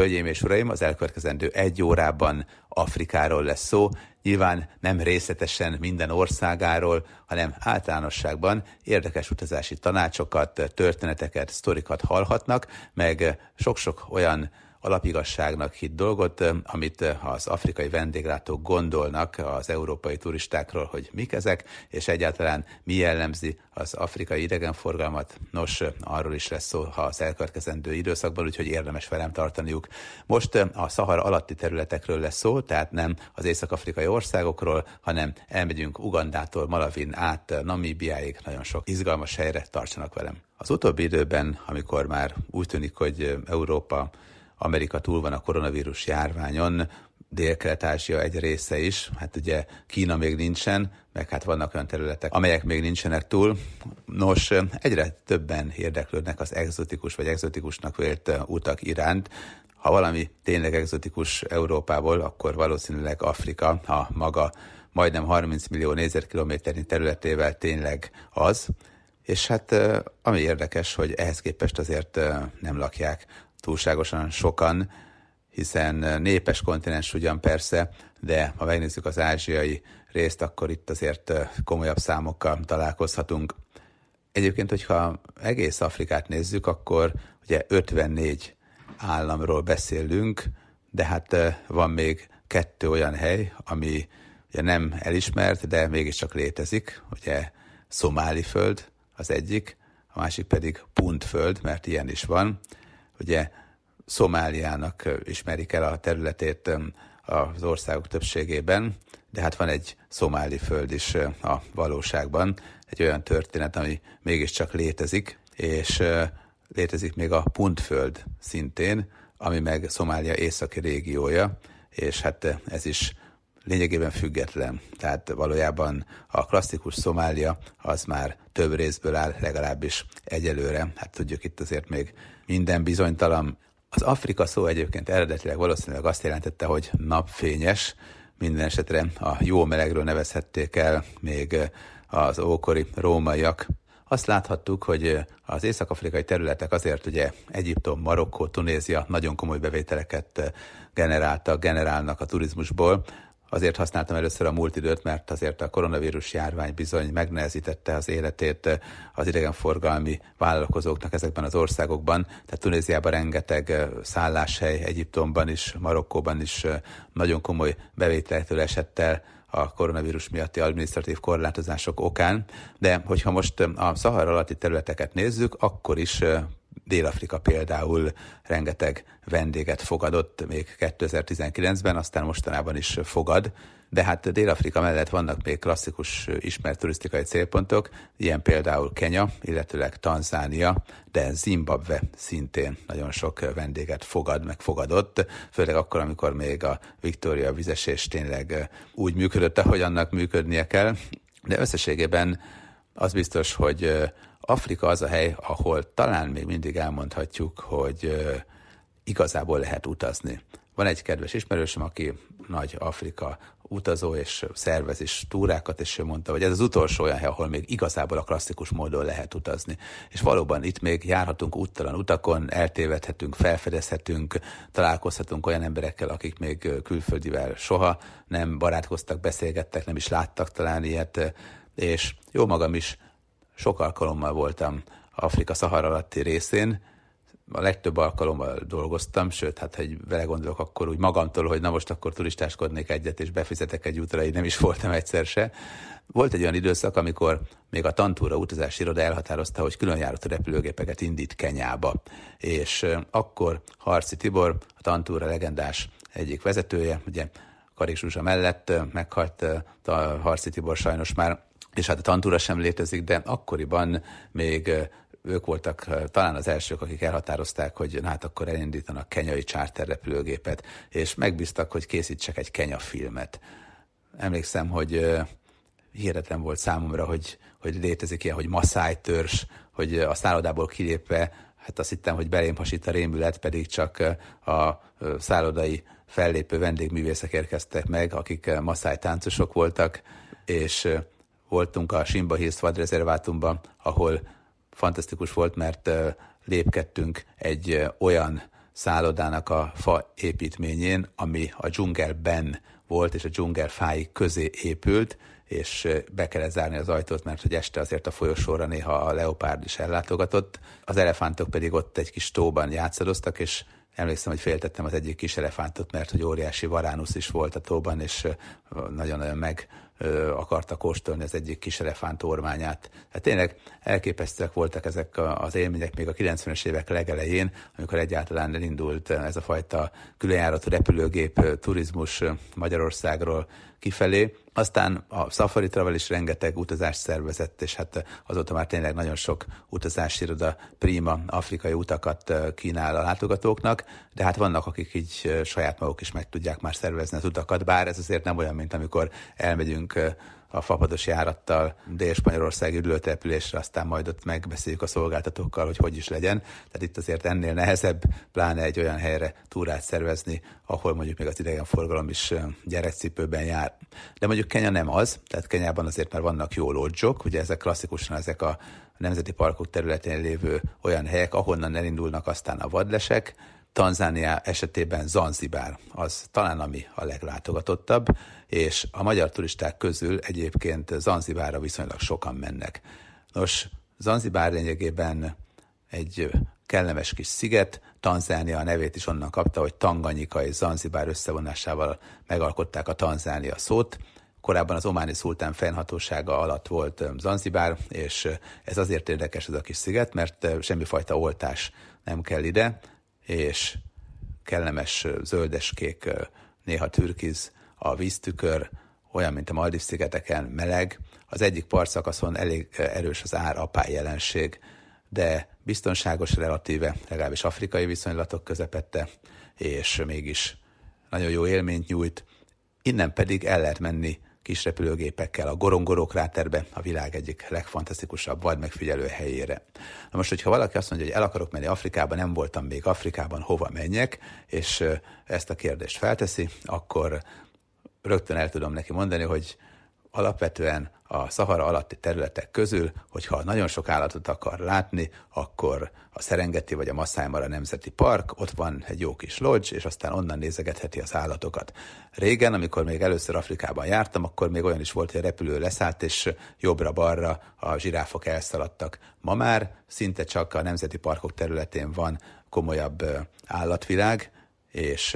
Hölgyeim és uraim, az elkövetkezendő 1 órában Afrikáról lesz szó. Nyilván nem részletesen minden országáról, hanem általánosságban érdekes utazási tanácsokat, történeteket, sztorikat hallhatnak, meg sok-sok olyan alapigasságnak hitt dolgot, amit az afrikai vendéglátók gondolnak az európai turistákról, hogy mik ezek, és egyáltalán mi jellemzi az afrikai idegenforgalmat. Nos, arról is lesz szó az elkövetkezendő időszakban, úgyhogy érdemes velem tartaniuk. Most a Szahara alatti területekről lesz szó, tehát nem az észak-afrikai országokról, hanem elmegyünk Ugandától Malavin át Namíbiáig, nagyon sok izgalmas helyre, tartsanak velem. Az utóbbi időben, amikor már úgy tűnik, hogy Amerika túl van a koronavírus járványon, Dél-Kelet-Ázsia egy része is, hát ugye Kína még nincsen, meg hát vannak olyan területek, amelyek még nincsenek túl. Nos, egyre többen érdeklődnek az egzotikus vagy egzotikusnak vélt utak iránt. Ha valami tényleg egzotikus Európából, akkor valószínűleg Afrika, a maga majdnem 30 millió négyzetkilométernyi területével tényleg az. És hát ami érdekes, hogy ehhez képest azért nem lakják túlságosan sokan, hiszen népes kontinens ugyan persze, de ha megnézzük az ázsiai részt, akkor itt azért komolyabb számokkal találkozhatunk. Egyébként, hogyha egész Afrikát nézzük, akkor ugye 54 államról beszélünk, de hát van még 2 olyan hely, ami ugye nem elismert, de mégiscsak létezik. Ugye Szomáli-föld az egyik, a másik pedig Punt-föld, mert ilyen is van. Ugye Szomáliának ismerik el a területét az országok többségében, de hát van egy szomáli föld is a valóságban, egy olyan történet, ami mégiscsak létezik, és létezik még a Punt-föld szintén, ami meg Szomália északi régiója, és hát ez is lényegében független. Tehát valójában a klasszikus Szomália az már több részből áll, legalábbis egyelőre. Hát tudjuk, itt azért még minden bizonytalan. Az Afrika szó egyébként eredetileg valószínűleg azt jelentette, hogy napfényes, minden esetre a jó melegről nevezhették el még az ókori rómaiak. Azt láthattuk, hogy az észak-afrikai területek azért ugye Egyiptom, Marokkó, Tunézia nagyon komoly bevételeket generálnak a turizmusból. Azért használtam először a múlt időt, mert azért a koronavírus járvány bizony megnehezítette az életét az idegenforgalmi vállalkozóknak ezekben az országokban. Tehát Tunéziában rengeteg szálláshely, Egyiptomban is, Marokkóban is nagyon komoly bevételektől esett el a koronavírus miatti adminisztratív korlátozások okán. De hogyha most a Szahara alatti területeket nézzük, akkor is Dél-Afrika például rengeteg vendéget fogadott még 2019-ben, aztán mostanában is fogad, de hát Dél-Afrika mellett vannak még klasszikus ismert turisztikai célpontok, ilyen például Kenya, illetőleg Tanzánia, de Zimbabwe szintén nagyon sok vendéget fogad, meg fogadott, főleg akkor, amikor még a Victoria vízesés tényleg úgy működött, ahogy annak működnie kell, de összességében az biztos, hogy Afrika az a hely, ahol talán még mindig elmondhatjuk, hogy igazából lehet utazni. Van egy kedves ismerősöm, aki nagy Afrika utazó, és szervez is túrákat, és ő mondta, hogy ez az utolsó olyan hely, ahol még igazából a klasszikus módon lehet utazni. És valóban itt még járhatunk úttalan utakon, eltévedhetünk, felfedezhetünk, találkozhatunk olyan emberekkel, akik még külföldivel soha nem barátkoztak, beszélgettek, nem is láttak talán ilyet, és jó magam is sok alkalommal voltam Afrika Szahara alatti részén, a legtöbb alkalommal dolgoztam, sőt, hát ha vele gondolok, akkor úgy magamtól, hogy na most akkor turistáskodnék egyet, és befizetek egy útra, így nem is voltam egyszer se. Volt egy olyan időszak, amikor még a Tantúra utazási iroda elhatározta, hogy különjáratú repülőgépeket indít Kenyába. És akkor Harczi Tibor, a Tantúra legendás egyik vezetője, ugye Karik Zsuzsa mellett meghalt a Harczi Tibor sajnos már, és hát a Tantúra sem létezik, de akkoriban még ők voltak talán az elsők, akik elhatározták, hogy hát akkor elindítanak kenyai charterrepülőgépet, és megbíztak, hogy készítsek egy Kenya filmet. Emlékszem, hogy hihetetlen volt számomra, hogy létezik ilyen, hogy Maszáj törzs, hogy a szállodából kilépve, hát azt hittem, hogy belém hasít a rémület, pedig csak a szállodai fellépő vendégművészek érkeztek meg, akik maszáj táncosok voltak, és voltunk a Simba Hills vadrezervátumban, ahol fantasztikus volt, mert lépkedtünk egy olyan szállodának a fa építményén, ami a dzsungelben volt, és a dzsungelfái közé épült, és be kellett zárni az ajtót, mert hogy este azért a folyosóra néha a leopárd is ellátogatott. Az elefántok pedig ott egy kis tóban játszadoztak, és emlékszem, hogy féltettem az egyik kis elefántot, mert hogy óriási varánusz is volt a tóban, és nagyon-nagyon meg akarta kóstolni az egyik kis elefánt ormányát. Hát tényleg elképesztőek voltak ezek az élmények még a 90-es évek legelején, amikor egyáltalán elindult ez a fajta különjáratú repülőgép turizmus Magyarországról kifelé. Aztán a Safari Travel is rengeteg utazást szervezett, és hát azóta már tényleg nagyon sok utazási iroda prima afrikai utakat kínál a látogatóknak, de hát vannak, akik így saját maguk is meg tudják már szervezni az utakat, bár ez azért nem olyan, mint amikor elmegyünk a fapados járattal Dél-Spanyolországi üdülőtelepülésre, aztán majd ott megbeszéljük a szolgáltatókkal, hogy is legyen. Tehát itt azért ennél nehezebb, pláne egy olyan helyre túrát szervezni, ahol mondjuk még az idegenforgalom is gyerekcipőben jár. De mondjuk Kenya nem az, tehát Kenyában azért már vannak jó lodge-ok, ugye ezek klasszikusan ezek a nemzeti parkok területén lévő olyan helyek, ahonnan elindulnak aztán a vadlesek. Tanzánia esetében Zanzibár az talán ami a leglátogatottabb, és a magyar turisták közül egyébként Zanzibárra viszonylag sokan mennek. Nos, Zanzibár lényegében egy kellemes kis sziget, Tanzánia a nevét is onnan kapta, hogy Tanganyika és Zanzibár összevonásával megalkották a Tanzánia szót. Korábban az ománi szultán fennhatósága alatt volt Zanzibár, és ez azért érdekes ez a kis sziget, mert semmifajta oltás nem kell ide, és kellemes zöldeskék, néha türkiz, a víztükör, olyan, mint a Maldív-szigeteken, meleg. Az egyik partszakaszon elég erős az árapály jelenség, de biztonságos relatíve, legalábbis afrikai viszonylatok közepette, és mégis nagyon jó élményt nyújt. Innen pedig el lehet menni kis repülőgépekkel a Gorongoro kráterbe, a világ egyik legfantasztikusabb vadmegfigyelő helyére. Na most, hogyha valaki azt mondja, hogy el akarok menni Afrikába, nem voltam még Afrikában, hova menjek, és ezt a kérdést felteszi, akkor rögtön el tudom neki mondani, hogy alapvetően a Szahara alatti területek közül, hogyha nagyon sok állatot akar látni, akkor a Serengeti vagy a Masai Mara Nemzeti Park, ott van egy jó kis lodge, és aztán onnan nézegetheti az állatokat. Régen, amikor még először Afrikában jártam, akkor még olyan is volt, hogy a repülő leszállt, és jobbra-balra a zsiráfok elszaladtak. Ma már szinte csak a nemzeti parkok területén van komolyabb állatvilág, és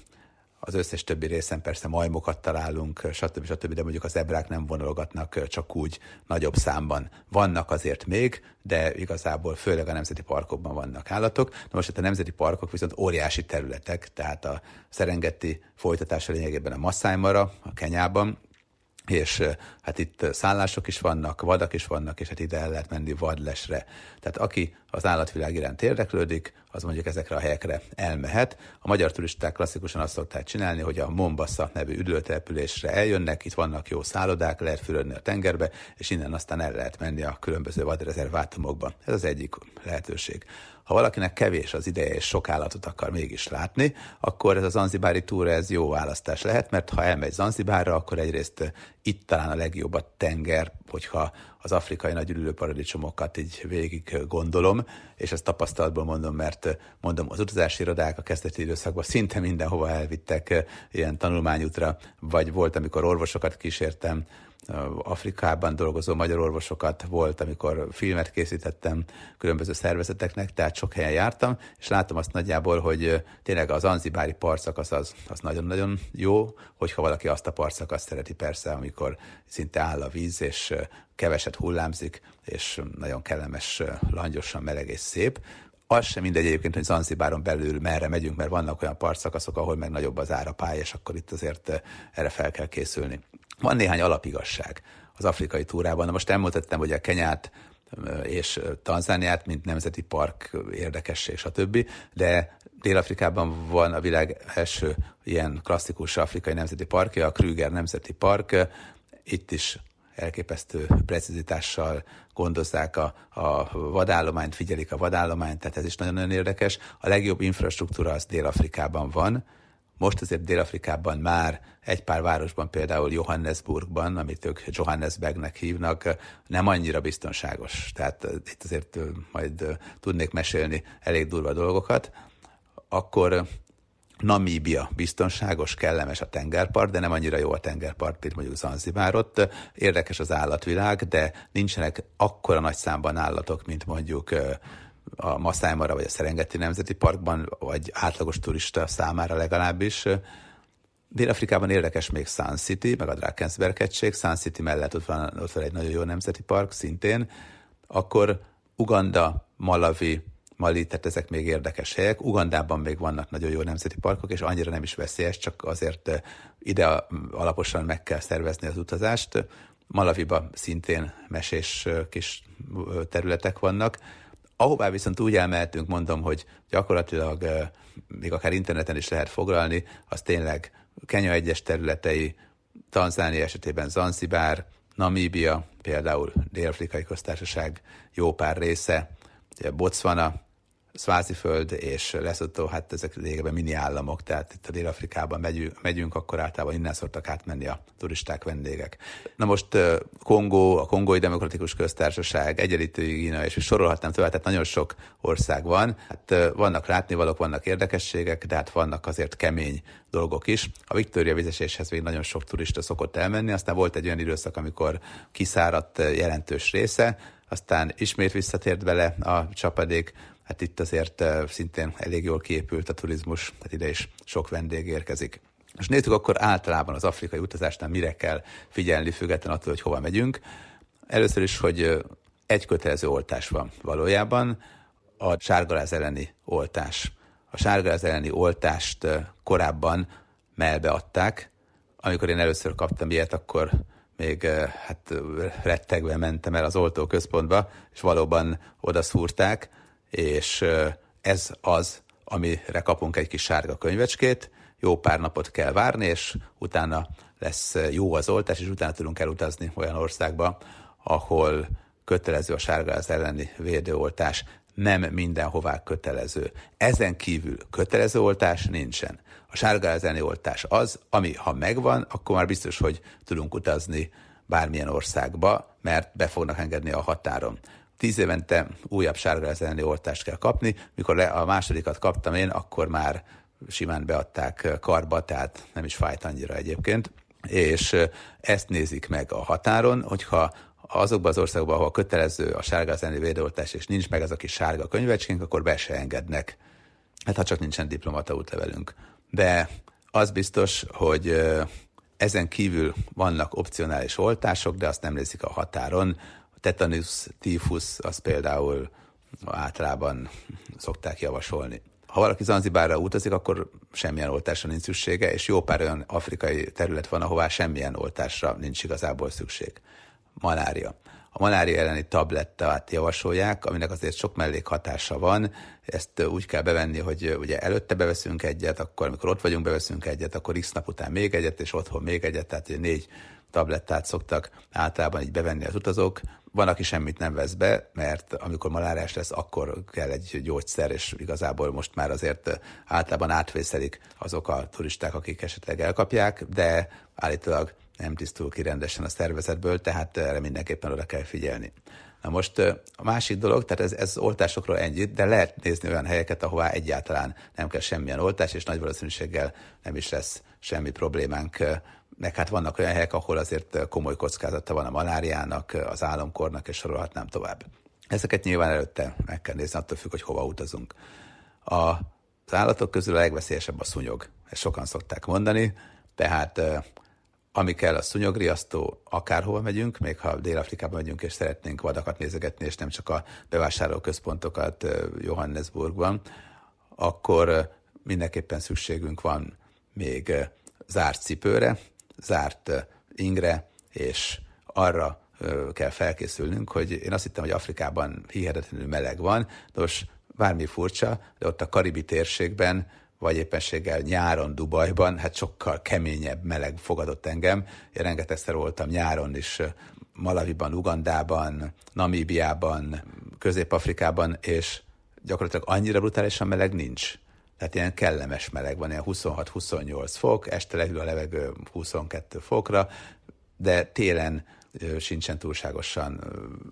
az összes többi részen persze majmokat találunk, stb., de mondjuk a zebrák nem vonulgatnak csak úgy nagyobb számban. Vannak azért még, de igazából főleg a nemzeti parkokban vannak állatok. Na most itt a nemzeti parkok viszont óriási területek, tehát a Serengeti folytatása lényegében a Masai Mara, a Kenyában, és hát itt szállások is vannak, vadak is vannak, és hát ide el lehet menni vadlesre. Tehát aki az állatvilág iránt érdeklődik, az mondjuk ezekre a helyekre elmehet. A magyar turisták klasszikusan azt szokták csinálni, hogy a Mombasa nevű üdülőtelepülésre eljönnek, itt vannak jó szállodák, lehet fürödni a tengerbe, és innen aztán el lehet menni a különböző vadrezervátumokba. Ez az egyik lehetőség. Ha valakinek kevés az ideje és sok állatot akar mégis látni, akkor ez a zanzibári túra ez jó választás lehet, mert ha elmegy Zanzibárra, akkor egyrészt itt talán a legjobb a tenger, hogyha az afrikai nagy ürülőparadicsomokat így végig gondolom, és ezt tapasztalatból mondom, mert mondom, az utazási irodák a kezdeti időszakban szinte mindenhova elvittek ilyen tanulmányútra, vagy volt, amikor orvosokat kísértem, Afrikában dolgozó magyar orvosokat volt, amikor filmet készítettem különböző szervezeteknek, tehát sok helyen jártam, és látom azt nagyjából, hogy tényleg az zanzibári partszakasz az nagyon-nagyon jó, hogyha valaki azt a partszakaszt szereti persze, amikor szinte áll a víz, és keveset hullámzik, és nagyon kellemes, langyosan meleg és szép. Az sem mindegy egyébként, hogy Zanzibáron belül merre megyünk, mert vannak olyan partszakaszok, ahol meg nagyobb az árapály, és akkor itt azért erre fel kell készülni. Van néhány alapigasság az afrikai túrában. Na most elmutattam, hogy a Kenyát és Tanzániát, mint nemzeti park érdekesség, stb. De Dél-Afrikában van a világ első ilyen klasszikus afrikai nemzeti parkja, a Krüger Nemzeti Park. Itt is elképesztő precizitással gondozzák a vadállományt, figyelik a vadállományt, tehát ez is nagyon-nagyon érdekes. A legjobb infrastruktúra az Dél-Afrikában van. Most azért Dél-Afrikában már egy pár városban, például Johannesburgban, amit ők Johannesburgnek hívnak, nem annyira biztonságos. Tehát itt azért majd tudnék mesélni elég durva dolgokat. akkor Namíbia biztonságos, kellemes a tengerpart, de nem annyira jó a tengerpart, mint mondjuk Zanzibár. Ott érdekes az állatvilág, de nincsenek akkora nagy számban állatok, mint mondjuk a Masai Mara vagy a Serengeti Nemzeti Parkban, vagy átlagos turista számára legalábbis. Dél-Afrikában érdekes még Sun City, meg a Drakensberg-hegység. Sun City mellett ott van egy nagyon jó nemzeti park szintén. Akkor Uganda, Malawi, Mali, tehát ezek még érdekes helyek. Ugandában még vannak nagyon jó nemzeti parkok, és annyira nem is veszélyes, csak azért ide alaposan meg kell szervezni az utazást. Malawiban szintén mesés kis területek vannak. Ahová viszont úgy elmehetünk, mondom, hogy gyakorlatilag még akár interneten is lehet foglalni, az tényleg Kenya egyes területei, Tanzánia esetében Zanzibár, Namíbia, például Dél-Afrikai Köztársaság jó pár része, Botswana, Sváziföld és Lesotho, hát ezek lényegében mini államok, tehát itt a Dél-Afrikában megyünk, akkor általában innen szoktak átmenni a turisták, vendégek. Na most Kongó, a Kongói Demokratikus Köztársaság, Egyenlítői Guinea, és sorolhatnám tovább, tehát nagyon sok ország van. Hát vannak látnivalók, vannak érdekességek, de hát vannak azért kemény dolgok is. A Victoria vízeséshez még nagyon sok turista szokott elmenni, aztán volt egy olyan időszak, amikor kiszáradt jelentős része, aztán ismét visszatért bele a csapadék. Hát itt azért szintén elég jól kiépült a turizmus, hát ide is sok vendég érkezik. Most nézzük akkor általában az afrikai utazásnál mire kell figyelni, függetlenül attól, hogy hova megyünk. Először is, hogy egy kötelező oltás van valójában, a sárgaláz elleni oltás. A sárgaláz elleni oltást korábban mellbe adták. Amikor én először kaptam ilyet, akkor még rettegve mentem el az oltóközpontba, és valóban oda szúrták, és ez az, amire kapunk egy kis sárga könyvecskét, jó pár napot kell várni, és utána lesz jó az oltás, és utána tudunk elutazni olyan országba, ahol kötelező a sárgaláz elleni védőoltás. Nem mindenhová kötelező. Ezen kívül kötelező oltás nincsen. A sárgaláz elleni oltás az, ami ha megvan, akkor már biztos, hogy tudunk utazni bármilyen országba, mert be fognak engedni a határon. 10 évente újabb sárgaláz elleni oltást kell kapni. Mikor a másodikat kaptam én, akkor már simán beadták karba, tehát nem is fájt annyira egyébként. És ezt nézik meg a határon, hogyha azokban az országokban, ahol kötelező a sárgaláz elleni védőoltás, és nincs meg az a kis sárga könyvecskénk, akkor be se engednek. Hát ha csak nincsen diplomata útlevelünk. De az biztos, hogy ezen kívül vannak opcionális oltások, de azt nem nézik a határon. A tetanus, tífusz, az például általában szokták javasolni. Ha valaki Zanzibárra utazik, akkor semmilyen oltásra nincs szüksége, és jó pár olyan afrikai terület van, ahová semmilyen oltásra nincs igazából szükség. Malária. A malária elleni tablettát javasolják, aminek azért sok mellékhatása van. Ezt úgy kell bevenni, hogy ugye előtte beveszünk egyet, akkor amikor ott vagyunk, beveszünk egyet, akkor x nap után még egyet, és otthon még egyet, tehát ugye 4 tablettát szoktak általában így bevenni az utazók. Van, aki semmit nem vesz be, mert amikor maláriás lesz, akkor kell egy gyógyszer, és igazából most már azért általában átvészelik azok a turisták, akik esetleg elkapják, de állítólag nem tisztul ki rendesen a szervezetből, tehát erre mindenképpen oda kell figyelni. Na most a másik dolog, tehát ez oltásokról ennyit, de lehet nézni olyan helyeket, ahová egyáltalán nem kell semmilyen oltás, és nagy valószínűséggel nem is lesz semmi problémánk. Meg hát vannak olyan helyek, ahol azért komoly kockázata van a maláriának, az álomkornak, és sorolhatnám tovább. Ezeket nyilván előtte meg kell nézni, attól függ, hogy hova utazunk. Az állatok közül a legveszélyesebb a szúnyog. Ezt sokan szokták mondani, tehát ami kell a szúnyogriasztó, akárhova megyünk, még ha Dél-Afrikába megyünk, és szeretnénk vadakat nézegetni, és nem csak a bevásárlóközpontokat Johannesburgban, akkor mindenképpen szükségünk van még zárt cipőre, zárt ingre, és arra kell felkészülnünk, hogy én azt hittem, hogy Afrikában hihetetlenül meleg van, nos, bármi furcsa, de ott a karibi térségben, vagy éppenséggel nyáron Dubajban, hát sokkal keményebb meleg fogadott engem. Én rengetegszer voltam nyáron is Malawiban, Ugandában, Namíbiában, Közép-Afrikában, és gyakorlatilag annyira brutálisan meleg nincs. Tehát ilyen kellemes meleg van, ilyen 26-28 fok, este lehűl a levegő 22 fokra, de télen sincsen túlságosan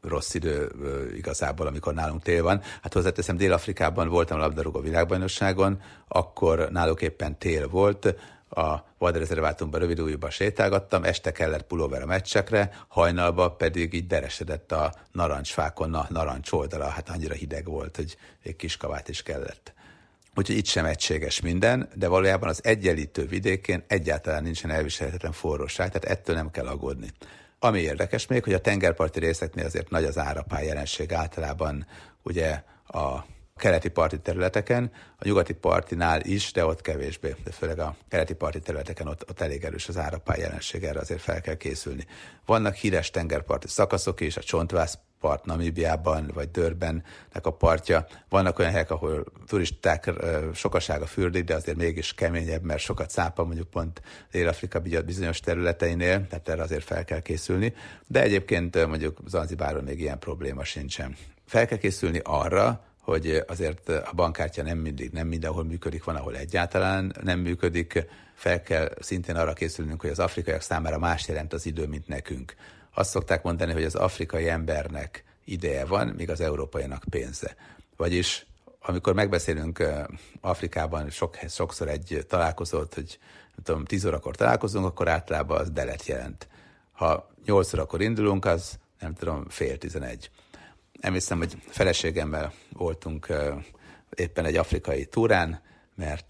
rossz idő igazából, amikor nálunk tél van. Hát hozzáteszem, Dél-Afrikában voltam a labdarúgó világbajnokságon, akkor náluk éppen tél volt, a vadrezervátumban rövidújúban sétálgattam, este kellett pulóver a meccsekre, hajnalban pedig így deresedett a narancsfákon a narancs oldala, hát annyira hideg volt, hogy egy kis kabát is kellett. Úgyhogy itt sem egységes minden, de valójában az egyenlítő vidékén egyáltalán nincsen elviselhetetlen forróság, tehát ettől nem kell aggódni. Ami érdekes még, hogy a tengerparti részeknél azért nagy az árapály jelenség általában ugye a keleti parti területeken, a nyugati partinál is, de ott kevésbé, de főleg a keleti parti területeken ott elég erős az árapály jelenség, erre azért fel kell készülni. Vannak híres tengerparti szakaszok is, a Csontváz part Namíbiában, vagy Durbannek a partja. Vannak olyan helyek, ahol turisták sokasága fürdik, de azért mégis keményebb, mert sokat szápa, mondjuk pont Dél-Afrika bizonyos területeinél, tehát erre azért fel kell készülni. De egyébként mondjuk Zanzibáron még ilyen probléma sincsen. Fel kell készülni arra, hogy azért a bankkártya nem mindenhol működik, van, ahol egyáltalán nem működik. Fel kell szintén arra készülnünk, hogy az afrikaiak számára más jelent az idő, mint nekünk. Azt szokták mondani, hogy az afrikai embernek ideje van, míg az európainak pénze. Vagyis amikor megbeszélünk Afrikában sokszor egy találkozót, hogy 10 órakor találkozunk, akkor általában az delet jelent. Ha 8 órakor indulunk, az fél 11. Emlékszem, hogy feleségemmel voltunk éppen egy afrikai túrán, mert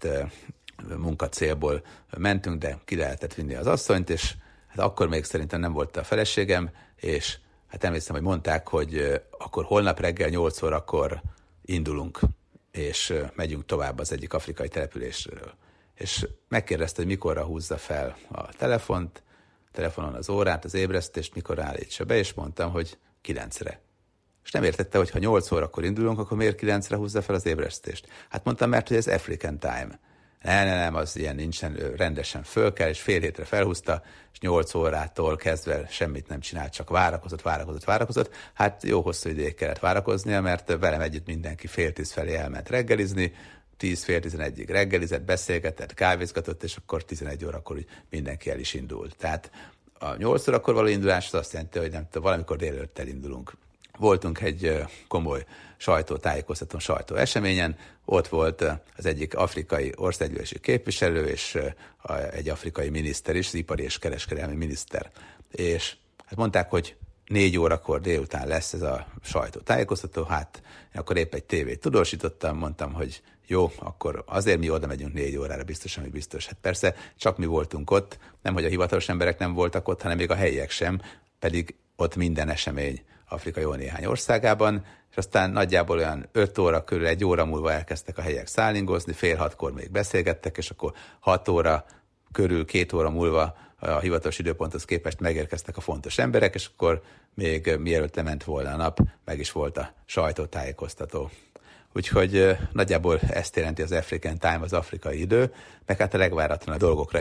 munkacélból mentünk, de ki lehetett vinni az asszonyt, és hát akkor még szerintem nem volt a feleségem, és hát emlékszem, hogy mondták, hogy akkor holnap reggel 8 órakor indulunk, és megyünk tovább az egyik afrikai településről. És megkérdezte, hogy mikorra húzza fel a telefonon az órát, az ébresztést, mikor állítsa be, és mondtam, hogy 9-re. És nem értette, hogy ha 8 órakor indulunk, akkor miért 9-re húzza fel az ébresztést? Hát mondtam, mert hogy ez African time. Nem, az ilyen nincsen, rendesen föl kell, és fél hétre felhúzta, és 8 órától kezdve semmit nem csinált, csak várakozott. Hát jó hosszú ideig kellett várakoznia, mert velem együtt mindenki fél 10 felé elment reggelizni, 10-fél 11-ig reggelizett, beszélgetett, kávézgatott, és akkor 11 órakor úgy mindenki el is indult. Tehát a 8 órakor való indulás az azt jelenti, hogy valamikor délelőtt elindulunk. Voltunk egy komoly sajtó eseményen, ott volt az egyik afrikai országgyűlési képviselő, és egy afrikai miniszter is, az ipari és kereskedelmi miniszter. És hát mondták, hogy 4 órakor délután lesz ez a sajtótájékoztató, hát én akkor épp egy tévét tudósítottam, mondtam, hogy jó, akkor azért mi oda megyünk 4 órára, biztos, ami biztos. Hát persze csak mi voltunk ott, nem hogy a hivatalos emberek nem voltak ott, hanem még a helyiek sem, pedig ott minden esemény Afrika jó néhány országában, és aztán nagyjából olyan 5 óra körül, 1 óra múlva elkezdtek a helyiek szállingozni, 5:30 még beszélgettek, és akkor 6 óra körül, 2 óra múlva a hivatalos időponthoz képest megérkeztek a fontos emberek, és akkor még mielőtt lement volna a nap, meg is volt a sajtótájékoztató. Úgyhogy nagyjából ezt jelenti az African time, az afrikai idő, meg hát a legváratlanabb dolgokra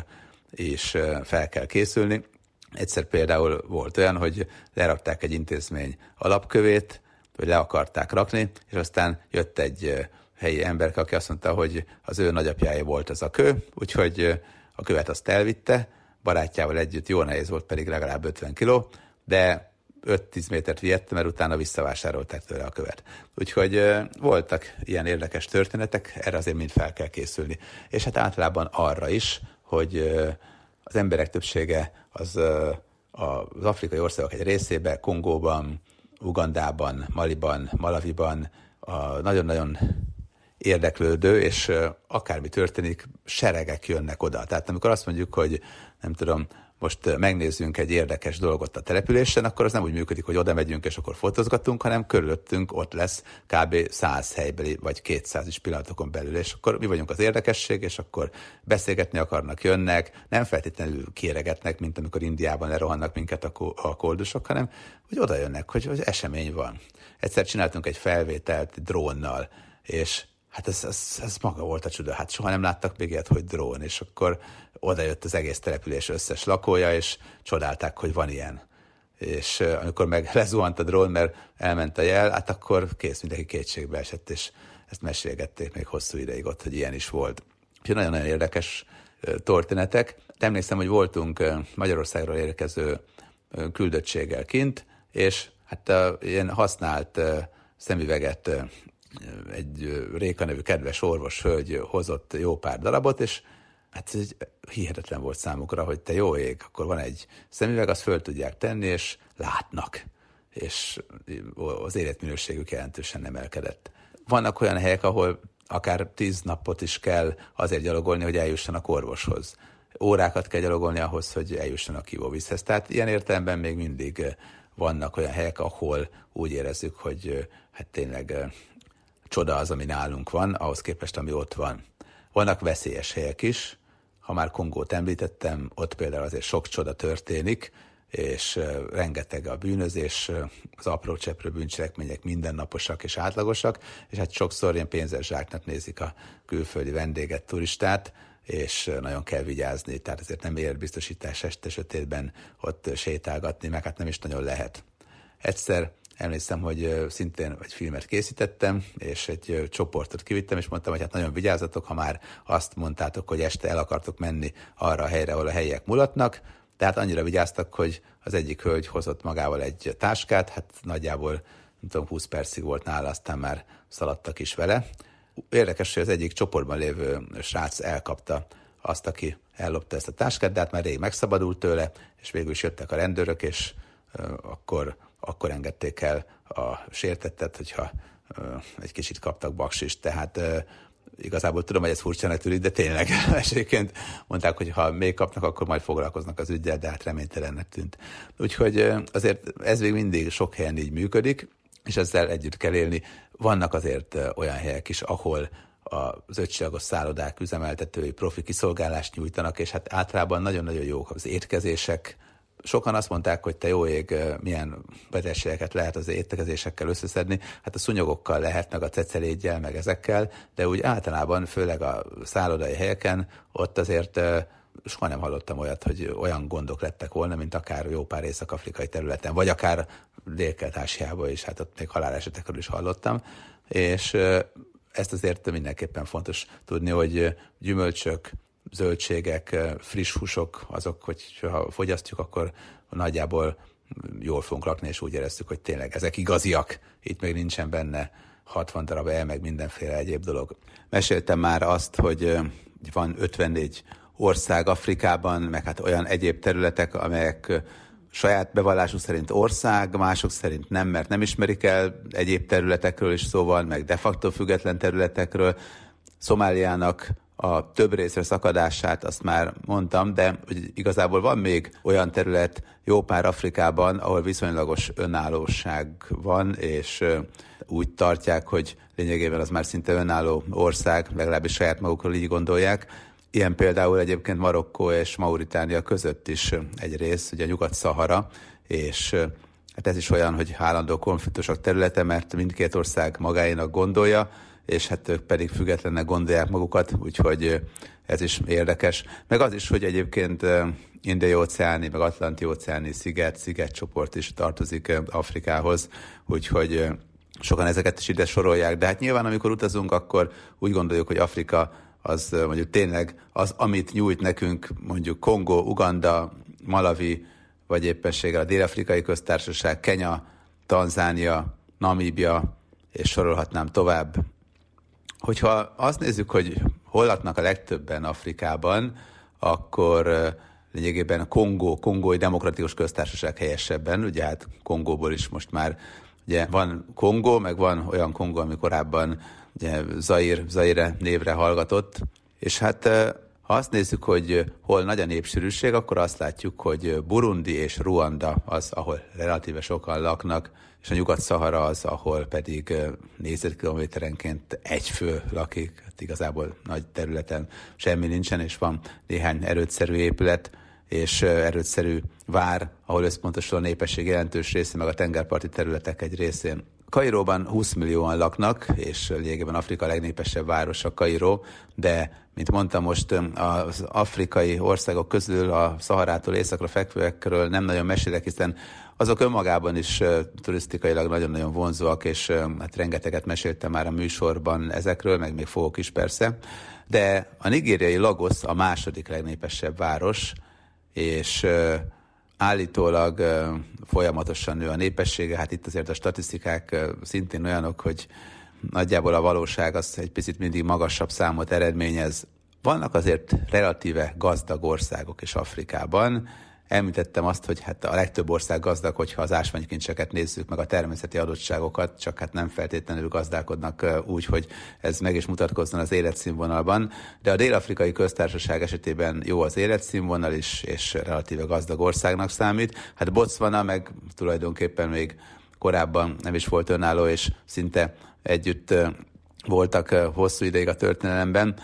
is fel kell készülni. Egyszer például volt olyan, hogy lerakták egy intézmény alapkövét, vagy le akarták rakni, és aztán jött egy helyi ember, aki azt mondta, hogy az ő nagyapjája volt az a kő, úgyhogy a követ azt elvitte, barátjával együtt, jó nehéz volt, pedig legalább 50 kiló, de 5-10 métert vihette, mert utána visszavásárolták tőle a követ. Úgyhogy voltak ilyen érdekes történetek, erre azért mind fel kell készülni. És hát általában arra is, hogy az emberek többsége az afrikai országok egy részében, Kongóban, Ugandában, Maliban, Malaviban nagyon-nagyon érdeklődő, és akármi történik, seregek jönnek oda. Tehát amikor azt mondjuk, hogy nem tudom, most megnézzünk egy érdekes dolgot a településen, akkor az nem úgy működik, hogy oda megyünk és akkor fotózgatunk, hanem körülöttünk ott lesz kb. 100 helybeli, vagy 200 is pillanatokon belül, és akkor mi vagyunk az érdekesség, és akkor beszélgetni akarnak, jönnek, nem feltétlenül kéregetnek, mint amikor Indiában lerohannak minket a koldusok, hanem hogy oda jönnek, hogy esemény van. Egyszer csináltunk egy felvételt drónnal, és hát ez maga volt a csuda. Hát soha nem láttak még ilyet, hogy drón, és akkor oda jött az egész település összes lakója, és csodálták, hogy van ilyen. És amikor meg lezuhant a drón, mert elment a jel, hát akkor kész, mindenki kétségbe esett, és ezt mesélgették még hosszú ideig ott, hogy ilyen is volt. Úgyhogy nagyon-nagyon érdekes történetek. Emlékszem, hogy voltunk Magyarországról érkező küldöttséggel kint, és Hát ilyen használt szemüveget egy Réka nevű kedves orvos hölgy hozott jó pár darabot, és hát ez hihetetlen volt számukra, hogy te jó ég, akkor van egy szemüveg, azt föl tudják tenni, és látnak, és az életminőségük jelentősen emelkedett. Vannak olyan helyek, ahol akár 10 napot is kell azért gyalogolni, hogy eljussanak orvoshoz. Órákat kell gyalogolni ahhoz, hogy eljussanak ivóvízhez. Tehát ilyen értelemben még mindig vannak olyan helyek, ahol úgy érezzük, hogy hát tényleg csoda az, ami nálunk van, ahhoz képest, ami ott van. Vannak veszélyes helyek is. Ha már Kongót említettem, ott például azért sok csoda történik, és rengeteg a bűnözés, az apró cseprő bűncselekmények mindennaposak és átlagosak, és hát sokszor ilyen pénzes zsáknak nézik a külföldi vendéget, turistát, és nagyon kell vigyázni, tehát ezért nem életbiztosítás este sötétben ott sétálgatni, meg hát nem is nagyon lehet. Egyszer emlékszem, hogy szintén egy filmet készítettem, és egy csoportot kivittem, és mondtam, hogy hát nagyon vigyázzatok, ha már azt mondtátok, hogy este el akartok menni arra a helyre, ahol a helyiek mulatnak. Tehát annyira vigyáztak, hogy az egyik hölgy hozott magával egy táskát, hát nagyjából nem tudom, 20 percig volt nála, aztán már szaladtak is vele. Érdekes, hogy az egyik csoportban lévő srác elkapta azt, aki ellopta ezt a táskát, de hát már rég megszabadult tőle, és végül is jöttek a rendőrök, és akkor engedték el a sértettet, hogyha egy kicsit kaptak baksist. Tehát igazából tudom, hogy ez furcsának tűnik, de tényleg esélyként mondták, hogy ha még kapnak, akkor majd foglalkoznak az üggyel, de hát reménytelennek tűnt. Úgyhogy azért ez még mindig sok helyen így működik, és ezzel együtt kell élni. Vannak azért olyan helyek is, ahol az ötcsillagos szállodák üzemeltetői profi kiszolgálást nyújtanak, és hát általában nagyon-nagyon jók az étkezések. Sokan azt mondták, hogy te jó ég, milyen betegségeket lehet az étkezésekkel összeszedni. Hát a szúnyogokkal lehet, meg a cecelédgyel, meg ezekkel, de úgy általában, főleg a szállodai helyeken, ott azért soha nem hallottam olyat, hogy olyan gondok lettek volna, mint akár jó pár észak-afrikai területen, vagy akár Dél-Kelet-Ázsiában is, hát ott még halálesetekről is hallottam, és ezt azért mindenképpen fontos tudni, hogy gyümölcsök, zöldségek, friss húsok, azok, hogy ha fogyasztjuk, akkor nagyjából jól fogunk lakni, és úgy éreztük, hogy tényleg ezek igaziak. Itt még nincsen benne 60 darab meg mindenféle egyéb dolog. Meséltem már azt, hogy van 54 ország Afrikában, meg hát olyan egyéb területek, amelyek saját bevallásuk szerint ország, mások szerint nem, mert nem ismerik el, egyéb területekről is szó van, meg de facto független területekről. Szomáliának a több részre szakadását azt már mondtam, de igazából van még olyan terület jó pár Afrikában, ahol viszonylagos önállóság van, és úgy tartják, hogy lényegében az már szinte önálló ország, legalábbis saját magukról így gondolják. Ilyen például egyébként Marokkó és Mauritánia között is egy rész, ugye Nyugat-Szahara, és hát ez is olyan, hogy állandó konfliktusok területe, mert mindkét ország magáénak gondolja, és hát ők pedig függetlennek gondolják magukat, úgyhogy ez is érdekes. Meg az is, hogy egyébként Indiai-óceáni, meg Atlanti-óceáni szigetcsoport is tartozik Afrikához, úgyhogy sokan ezeket is ide sorolják, de hát nyilván amikor utazunk, akkor úgy gondoljuk, hogy Afrika az mondjuk tényleg az, amit nyújt nekünk mondjuk Kongó, Uganda, Malawi, vagy éppenséggel a Dél-Afrikai Köztársaság, Kenya, Tanzánia, Namíbia, és sorolhatnám tovább. Hogyha azt nézzük, hogy hol laknak a legtöbben Afrikában, akkor lényegében a Kongói Demokratikus Köztársaság helyesebben, ugye hát Kongóból is most már ugye van Kongó, meg van olyan Kongó, ami korábban ugye Zaire névre hallgatott, és hát ha azt nézzük, hogy hol nagy a népsűrűség, akkor azt látjuk, hogy Burundi és Ruanda az, ahol relatíve sokan laknak, és a Nyugat-Szahara az, ahol pedig négyzetkilométerenként egy fő lakik, hát igazából nagy területen semmi nincsen, és van néhány erődszerű épület, és erődszerű vár, ahol összpontosul a népesség jelentős része, meg a tengerparti területek egy részén. Kairóban 20 millióan laknak, és lényegében Afrika legnépesebb városa Kairó, de, mint mondtam, most az afrikai országok közül a Szaharától északra fekvőekről nem nagyon mesélek, hiszen azok önmagában is turisztikailag nagyon-nagyon vonzóak, és hát rengeteget meséltem már a műsorban ezekről, meg még fogok is persze. De a nigériai Lagos a második legnépesebb város, és állítólag folyamatosan nő a népessége, hát itt azért a statisztikák szintén olyanok, hogy nagyjából a valóság az egy picit mindig magasabb számot eredményez. Vannak azért relatíve gazdag országok is Afrikában. Említettem azt, hogy hát a legtöbb ország gazdag, hogyha az ásványkincseket nézzük, meg a természeti adottságokat, csak hát nem feltétlenül gazdálkodnak úgy, hogy ez meg is mutatkozzon az életszínvonalban. De a Dél-Afrikai Köztársaság esetében jó az életszínvonal is, és relatíve gazdag országnak számít. Hát Botswana meg tulajdonképpen még korábban nem is volt önálló, és szinte együtt voltak hosszú ideig a történelemben,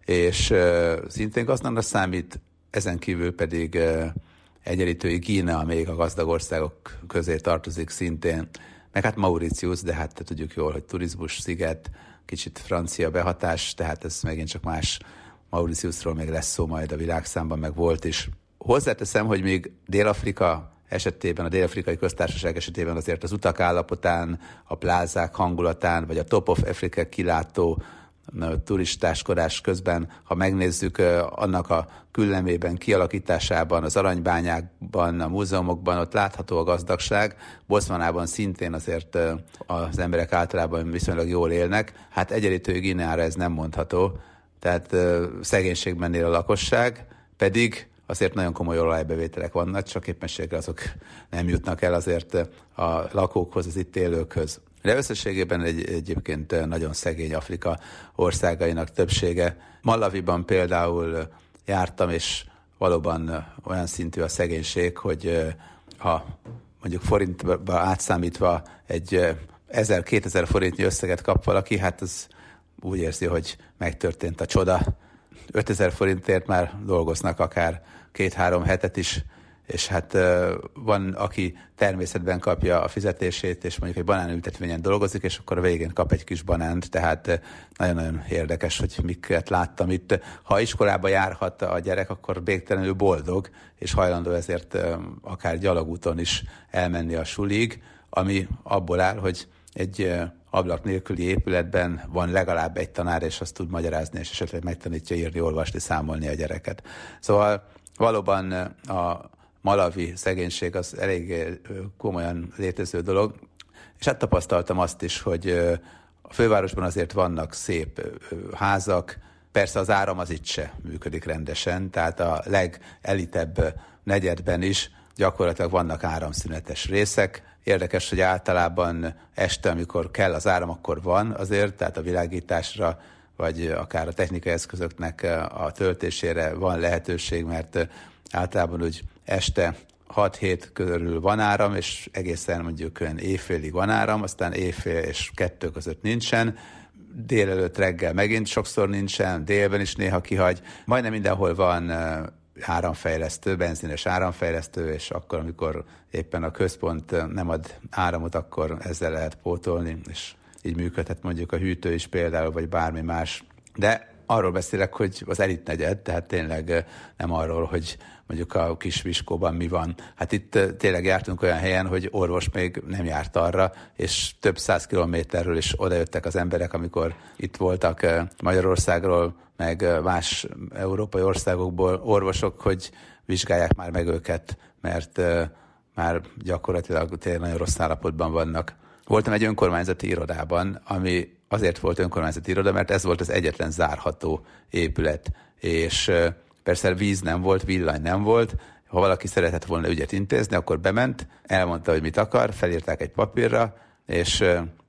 és szintén gazdagnak számít, ezen kívül pedig Egyenlítői Guinea még a gazdag országok közé tartozik szintén, meg hát Mauritius, de hát tudjuk jól, hogy turizmus, sziget, kicsit francia behatás, tehát ez megint csak más. Mauritiusról még lesz szó majd a világszámban, meg volt is. Hozzáteszem, hogy még Dél-Afrika esetében, a Dél-Afrikai Köztársaság esetében azért az utak állapotán, a plázák hangulatán, vagy a Top of Africa kilátó turistáskodás közben, ha megnézzük annak a küllemében, kialakításában, az aranybányákban, a múzeumokban, ott látható a gazdagság. Botswanában szintén azért az emberek általában viszonylag jól élnek. Hát Egyenlítői Guineára ez nem mondható, tehát szegénységben él a lakosság, pedig azért nagyon komoly olajbevételek vannak, csak éppenséggel azok nem jutnak el azért a lakókhoz, az itt élőkhöz. De összességében egyébként nagyon szegény Afrika országainak többsége. Malawiban például jártam, és valóban olyan szintű a szegénység, hogy ha mondjuk forintba átszámítva egy 1000-2000 forintnyi összeget kap valaki, hát az úgy érzi, hogy megtörtént a csoda. 5000 forintért már dolgoznak akár 2-3 hetet is, és hát van, aki természetben kapja a fizetését, és mondjuk egy banánültetvényen dolgozik, és akkor a végén kap egy kis banánt, tehát nagyon-nagyon érdekes, hogy miket láttam itt. Ha iskolába járhat a gyerek, akkor végtelenül boldog, és hajlandó ezért akár gyalogúton is elmenni a sulig, ami abból áll, hogy egy ablak nélküli épületben van legalább egy tanár, és azt tud magyarázni, és esetleg megtanítja írni, olvasni, számolni a gyereket. Szóval valóban a malawi szegénység az elég komolyan létező dolog, és hát tapasztaltam azt is, hogy a fővárosban azért vannak szép házak, persze az áram az itt se működik rendesen, tehát a legelitebb negyedben is gyakorlatilag vannak áramszünetes részek. Érdekes, hogy általában este, amikor kell az áram, akkor van azért, tehát a világításra, vagy akár a technikai eszközöknek a töltésére van lehetőség, mert általában úgy este 6-7 körül van áram, és egészen mondjuk olyan éjfélig van áram, aztán éjfél és 2 között nincsen, délelőtt reggel megint sokszor nincsen, délben is néha kihagy. Majdnem mindenhol van áramfejlesztő, benzines áramfejlesztő, és akkor, amikor éppen a központ nem ad áramot, akkor ezzel lehet pótolni, és így működhet mondjuk a hűtő is például, vagy bármi más. De arról beszélek, hogy az elitnegyed, tehát tényleg nem arról, hogy mondjuk a kis Viskóban mi van. Hát itt tényleg jártunk olyan helyen, hogy orvos még nem járt arra, és több 100 kilométerről is odajöttek az emberek, amikor itt voltak Magyarországról, meg más európai országokból orvosok, hogy vizsgálják már meg őket, mert már gyakorlatilag tényleg nagyon rossz állapotban vannak. Voltam egy önkormányzati irodában, ami azért volt önkormányzati iroda, mert ez volt az egyetlen zárható épület, és persze víz nem volt, villany nem volt. Ha valaki szeretett volna ügyet intézni, akkor bement, elmondta, hogy mit akar, felírták egy papírra, és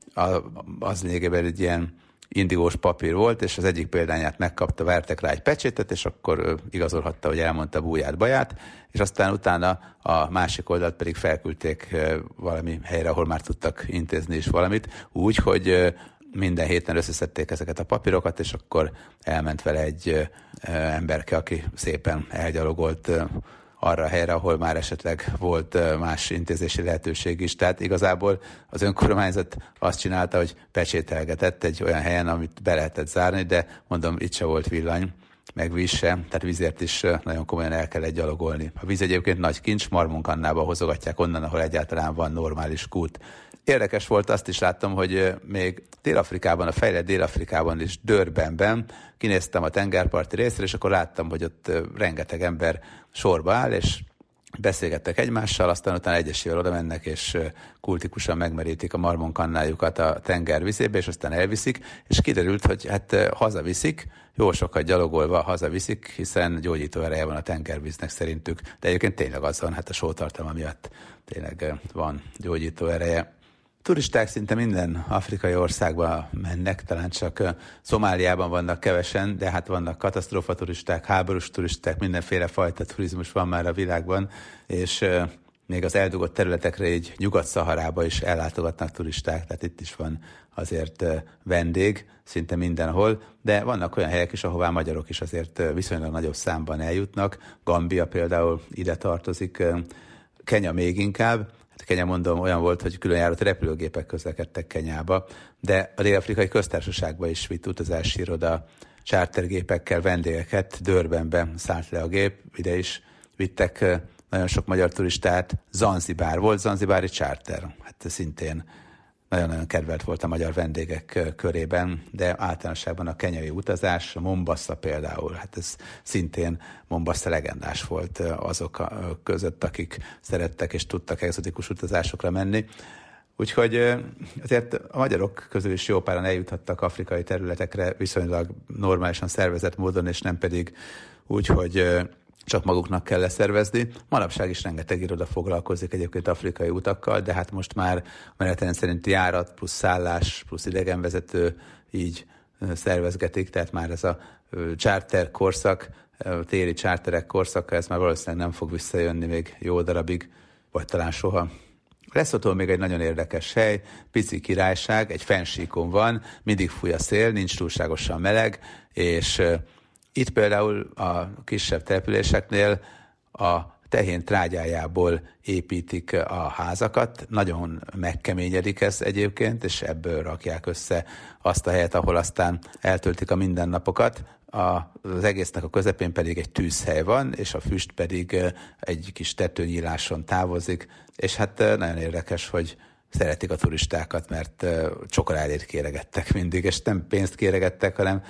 az lényegében egy ilyen indigós papír volt, és az egyik példányát megkapta, vertek rá egy pecsétet, és akkor igazolhatta, hogy elmondta búját, baját, és aztán utána a másik oldalt pedig felküldték valami helyre, ahol már tudtak intézni is valamit, úgy, hogy minden héten összeszedték ezeket a papírokat, és akkor elment vele egy emberke, aki szépen elgyalogolt arra a helyre, ahol már esetleg volt más intézési lehetőség is. Tehát igazából az önkormányzat azt csinálta, hogy pecsételgetett egy olyan helyen, amit be lehetett zárni, de mondom, itt se volt villany, meg víz se, tehát vízért is nagyon komolyan el kellett gyalogolni. A víz egyébként nagy kincs, Marmunkannába hozogatják onnan, ahol egyáltalán van normális kút. Érdekes volt, azt is láttam, hogy még Dél-Afrikában, a fejlett Dél-Afrikában is, Durbanben kinéztem a tengerparti részre, és akkor láttam, hogy ott rengeteg ember sorba áll, és beszélgettek egymással, aztán utána egyesével oda mennek, és kultikusan megmerítik a marmonkannáljukat a tenger vizébe, és aztán elviszik, és kiderült, hogy hát hazaviszik, jó sokat gyalogolva hazaviszik, hiszen gyógyító ereje van a tengervíznek szerintük, de egyébként tényleg az van, hát a sótartalma miatt tényleg van gyógyító ereje. Turisták szinte minden afrikai országba mennek, talán csak Szomáliában vannak kevesen, de hát vannak katasztrófaturisták, háborús turisták, mindenféle fajta turizmus van már a világban, és még az eldugott területekre, így Nyugat-Szaharába is ellátogatnak turisták, tehát itt is van azért vendég, szinte mindenhol, de vannak olyan helyek is, ahová magyarok is azért viszonylag nagyobb számban eljutnak. Gambia például ide tartozik, Kenya még inkább. Kenya, mondom, olyan volt, hogy különjárót repülőgépek közlekedtek Kenyába, de a Dél-Afrikai Köztársaságba is vitt utazási iroda chartergépekkel vendégeket, Durbanbe szállt le a gép, ide is vittek nagyon sok magyar turistát. Zanzibár volt, zanzibári charter, hát szintén nagyon-nagyon kedvelt volt a magyar vendégek körében, de általánosságban a kenyai utazás, Mombasa például, hát ez szintén Mombasa legendás volt azok között, akik szerettek és tudtak egzotikus utazásokra menni. Úgyhogy azért a magyarok közül is jó páran eljuthattak afrikai területekre viszonylag normálisan szervezett módon, és nem pedig úgy, hogy csak maguknak kell leszervezni. Manapság is rengeteg iroda foglalkozik egyébként afrikai utakkal, de hát most már a menetrend szerinti járat plusz szállás plusz idegenvezető így szervezgetik, tehát már ez a charter korszak, téli charterek korszaka, ez már valószínűleg nem fog visszajönni még jó darabig, vagy talán soha. Lesotho még egy nagyon érdekes hely, pici királyság, egy fennsíkon van, mindig fúj a szél, nincs túlságosan meleg, és itt például a kisebb településeknél a tehén trágyájából építik a házakat, nagyon megkeményedik ez egyébként, és ebből rakják össze azt a helyet, ahol aztán eltöltik a mindennapokat. Az egésznek a közepén pedig egy tűzhely van, és a füst pedig egy kis tetőnyíláson távozik, és hát nagyon érdekes, hogy szeretik a turistákat, mert csokoládét kéregettek mindig, és nem pénzt kéregettek, hanem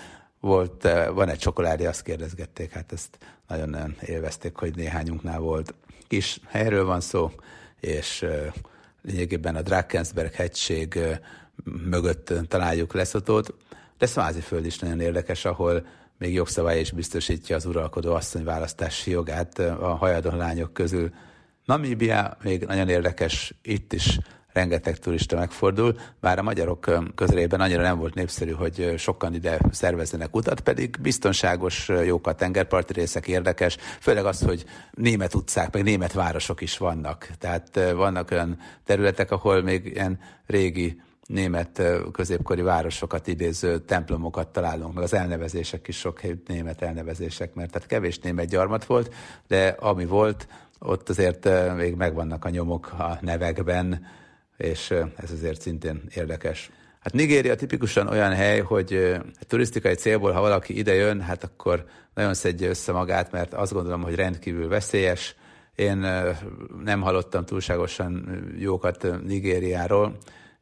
van egy csokoládé, azt kérdezgették, hát ezt nagyon-nagyon élvezték, hogy néhányunknál volt. Kis helyről van szó, és lényegében a Drakensberg hegység mögött találjuk Lesothót, de Sváziföld is nagyon érdekes, ahol még jogszabály is biztosítja az uralkodó asszony választási jogát a hajadon lányok közül. Namíbia még nagyon érdekes, itt is rengeteg turista megfordul, bár a magyarok közelében annyira nem volt népszerű, hogy sokan ide szervezzenek utat, pedig biztonságos, jók a tengerparti részek, érdekes, főleg az, hogy német utcák, meg német városok is vannak. Tehát vannak olyan területek, ahol még ilyen régi német középkori városokat idéző templomokat találunk, meg az elnevezések is sok német elnevezések, mert tehát kevés német gyarmat volt, de ami volt, ott azért még megvannak a nyomok a nevekben, és ez azért szintén érdekes. Hát Nigéria tipikusan olyan hely, hogy turisztikai célból, ha valaki ide jön, hát akkor nagyon szedje össze magát, mert azt gondolom, hogy rendkívül veszélyes. Én nem hallottam túlságosan jókat Nigériáról,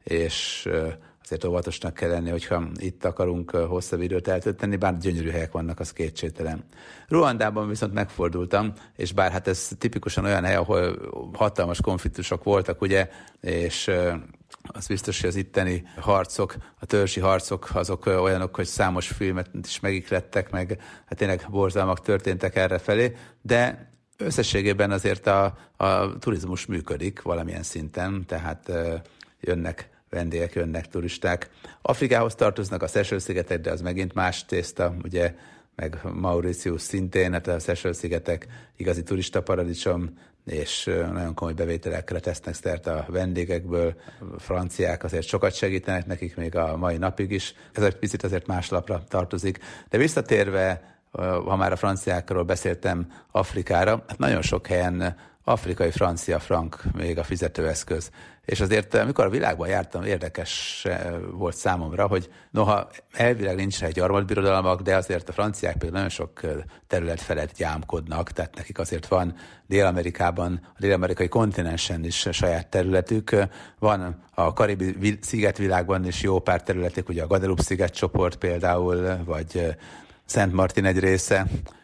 és azért óvatosnak kell lenni, hogyha itt akarunk hosszabb időt eltölteni, bár gyönyörű helyek vannak, az kétségtelen. Ruandában viszont megfordultam, és bár hát ez tipikusan olyan hely, ahol hatalmas konfliktusok voltak, ugye, és az biztos, hogy az itteni harcok, a törzsi harcok, azok olyanok, hogy számos filmet is megiklettek, meg hát tényleg borzalmak történtek errefelé, de összességében azért a turizmus működik valamilyen szinten, tehát jönnek vendégek, jönnek turisták. Afrikához tartoznak a Seychelles-szigetek, de az megint más tészta, ugye, meg Mauritius szintén, hát a Seychelles-szigetek igazi turista paradicsom, és nagyon komoly bevételekre tesznek szert a vendégekből. A franciák azért sokat segítenek nekik még a mai napig is. Ez egy picit azért más lapra tartozik. De visszatérve, ha már a franciákról beszéltem, Afrikára, hát nagyon sok helyen afrikai francia frank még a fizetőeszköz. És azért, amikor a világban jártam, érdekes volt számomra, hogy noha elvileg nincs egy gyarmatbirodalmak, de azért a franciák például nagyon sok terület felett gyámkodnak, tehát nekik azért van Dél-Amerikában, a dél-amerikai kontinensen is saját területük, van a karibi szigetvilágban is jó pár területük, ugye a Guadeloupe szigetcsoport például, vagy Szent Martin egy része,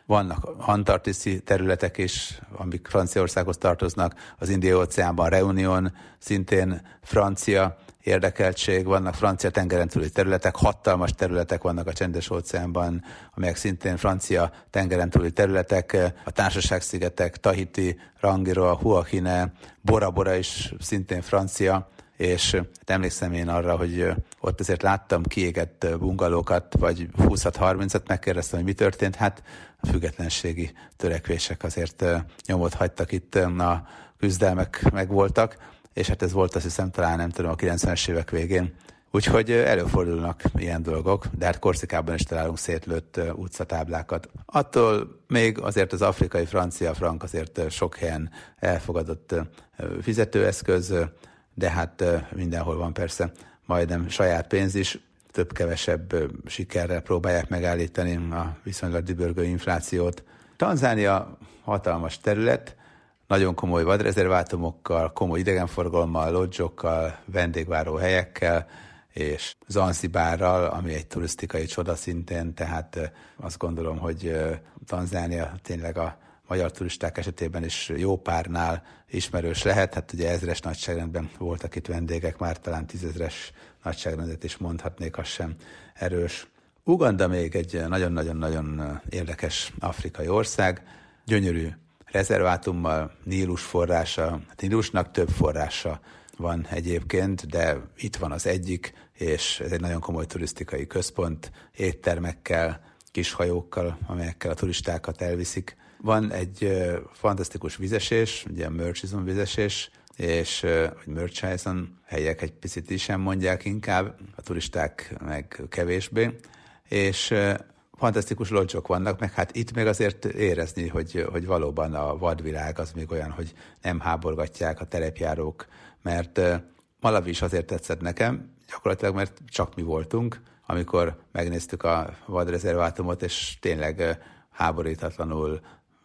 vannak antarktiszi területek is, amik Franciaországhoz tartoznak, az Indiai-óceánban Réunion, szintén francia érdekeltség, vannak francia tengeren túli területek, hatalmas területek vannak a Csendes-óceánban, amelyek szintén francia tengeren túli területek, a Társaság-szigetek, Tahiti, Rangiroa, Huahine, Bora Bora is szintén francia, és emlékszem én arra, hogy ott azért láttam kiégett bungalókat, vagy 20-30-at, megkérdeztem, hogy mi történt. Hát a függetlenségi törekvések azért nyomot hagytak itt, a küzdelmek megvoltak, és hát ez volt, azt hiszem, talán nem tudom, a 90-es évek végén. Úgyhogy előfordulnak ilyen dolgok, de hát Korszikában is találunk szétlőtt utcatáblákat. Attól még azért az afrikai francia frank azért sok helyen elfogadott fizetőeszköz, de hát mindenhol van persze majdnem saját pénz is, több-kevesebb sikerrel próbálják megállítani a viszonylag dübörgő inflációt. Tanzánia hatalmas terület, nagyon komoly vadrezervátumokkal, komoly idegenforgalommal, lodzsokkal, vendégváró helyekkel, és Zanzibárral, ami egy turisztikai csoda szintén, tehát azt gondolom, hogy Tanzánia tényleg a magyar turisták esetében is jó párnál ismerős lehet. Hát ugye 1000-es nagyságrendben voltak itt vendégek, már talán 10 000-es nagyságrendet is mondhatnék, az sem erős. Uganda még egy nagyon-nagyon-nagyon érdekes afrikai ország, gyönyörű rezervátummal, Nílus forrása, Nílusnak több forrása van egyébként, de itt van az egyik, és ez egy nagyon komoly turisztikai központ, éttermekkel, kis hajókkal, amelyekkel a turistákat elviszik. Van egy fantasztikus vizesés, ugye a Murchison vizesés, és vagy Murchison helyek egy picit is sem mondják inkább, a turisták meg kevésbé, és fantasztikus lodzsok vannak, meg hát itt még azért érezni, hogy valóban a vadvilág az még olyan, hogy nem háborgatják a terepjárók, mert Malawi is azért tetszett nekem, gyakorlatilag mert csak mi voltunk, amikor megnéztük a vadrezervátumot, és tényleg háborítatlanul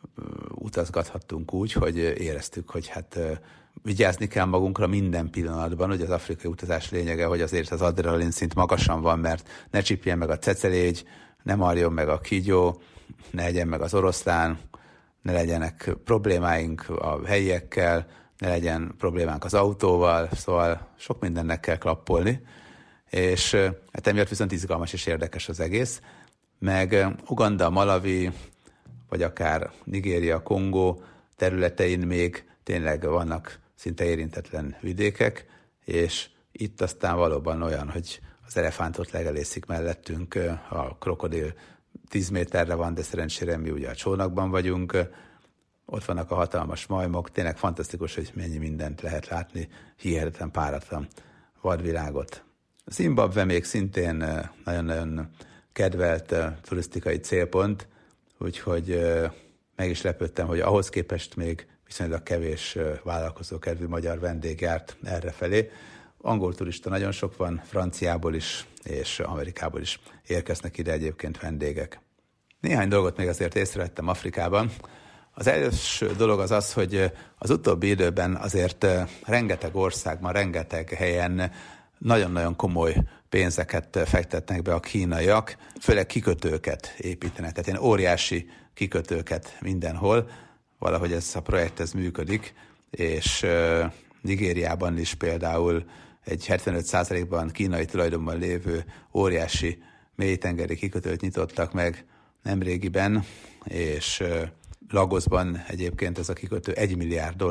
utazgathattunk úgy, hogy éreztük, hogy hát vigyázni kell magunkra minden pillanatban, hogy az afrikai utazás lényege, hogy azért az adrenalin szint magasan van, mert ne csípjen meg a cecelégy, ne marjon meg a kígyó, ne legyen meg az oroszlán, ne legyenek problémáink a helyiekkel, ne legyen problémánk az autóval, szóval sok mindennek kell klappolni, és hát emiatt viszont izgalmas és érdekes az egész, meg Uganda, Malawi, vagy akár Nigéria, Kongó területein még tényleg vannak szinte érintetlen vidékek, és itt aztán valóban olyan, hogy az elefántot legelészik mellettünk, a krokodil 10 méterre van, de szerencsére mi ugye a csónakban vagyunk, ott vannak a hatalmas majmok, tényleg fantasztikus, hogy mennyi mindent lehet látni, hihetetlen páratlan vadvilágot. Zimbabwe még szintén nagyon-nagyon kedvelt turisztikai célpont, úgyhogy meg is lepődtem, hogy ahhoz képest még viszonylag kevés vállalkozókedvű magyar vendég járt errefelé. Angol turista nagyon sok van, franciából is és Amerikából is érkeznek ide egyébként vendégek. Néhány dolgot még azért észrevettem Afrikában. Az első dolog az az, hogy az utóbbi időben azért rengeteg országban, rengeteg helyen nagyon-nagyon komoly pénzeket fektetnek be a kínaiak, főleg kikötőket építenek, tehát ilyen óriási kikötőket mindenhol. Valahogy ez a projekt ez működik, és Nigériában is például egy 75%-ban kínai tulajdonban lévő óriási mélytengeri kikötőt nyitottak meg nemrégiben, és Lagosban egyébként ez a kikötő $1 milliárd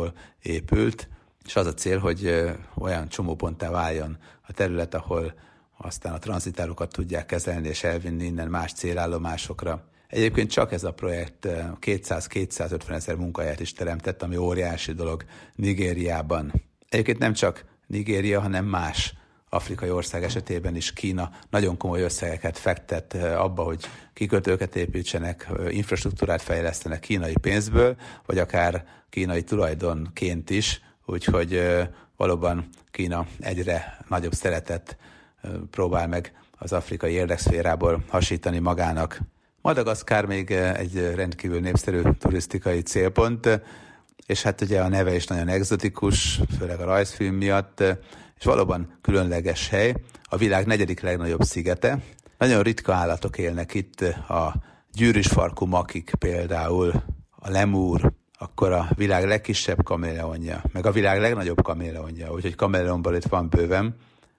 épült, és az a cél, hogy olyan csomóponttá váljon a terület, ahol aztán a tranzitárokat tudják kezelni és elvinni innen más célállomásokra. Egyébként csak ez a projekt 200-250 ezer munkahelyet is teremtett, ami óriási dolog Nigériában. Egyébként nem csak Nigéria, hanem más afrikai ország esetében is Kína nagyon komoly összegeket fektet abba, hogy kikötőket építsenek, infrastruktúrát fejlesztenek kínai pénzből, vagy akár kínai tulajdonként is, úgyhogy valóban Kína egyre nagyobb szeretet próbál meg az afrikai érdekszférából hasítani magának. Madagaszkár még egy rendkívül népszerű turisztikai célpont, és hát ugye a neve is nagyon egzotikus, főleg a rajzfilm miatt, és valóban különleges hely, a világ 4. legnagyobb szigete. Nagyon ritka állatok élnek itt, a gyűrűsfarkú makik például, a lemúr, akkor a világ legkisebb kaméleonja, meg a világ legnagyobb kaméleonja, úgyhogy kaméleonból itt van bőven,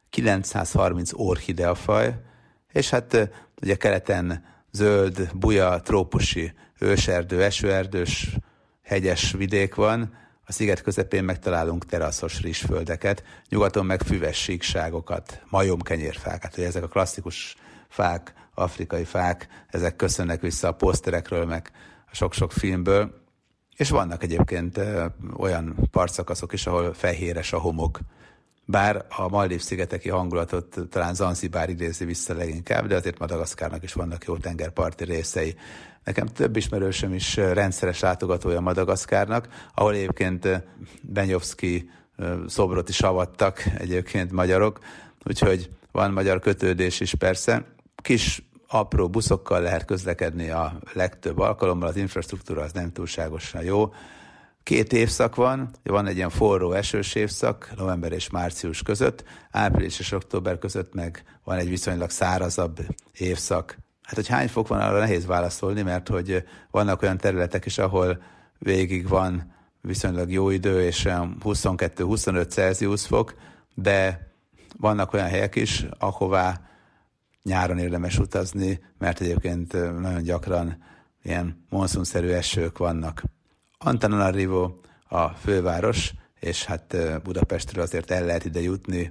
930 orchideafaj, és hát ugye keleten zöld, buja, trópusi őserdő, esőerdős, hegyes vidék van, a sziget közepén megtalálunk teraszos rizsföldeket, nyugaton meg füves síkságokat, majomkenyérfákat, ugye ezek a klasszikus fák, afrikai fák, ezek köszönnek vissza a poszterekről, meg a sok-sok filmből, és vannak egyébként olyan partszakaszok is, ahol fehéres a homok. Bár a Maldív-szigeteki hangulatot talán Zanzibár idézi vissza leginkább, de azért Madagaszkárnak is vannak jó tengerparti részei. Nekem több ismerősöm is rendszeres látogatója Madagaszkárnak, ahol egyébként Benyovszky szobrot is avattak egyébként magyarok, úgyhogy van magyar kötődés is persze. Kis apró buszokkal lehet közlekedni a legtöbb alkalommal, az infrastruktúra az nem túlságosan jó. 2 évszak van egy ilyen forró esős évszak, november és március között, április és október között meg van egy viszonylag szárazabb évszak. Hát, hogy hány fok van, arra nehéz válaszolni, mert hogy vannak olyan területek is, ahol végig van viszonylag jó idő, és 22-25 Celsius fok, de vannak olyan helyek is, ahová nyáron érdemes utazni, mert egyébként nagyon gyakran ilyen monszunszerű esők vannak. Antananarivo a főváros, és hát Budapestről azért el lehet ide jutni,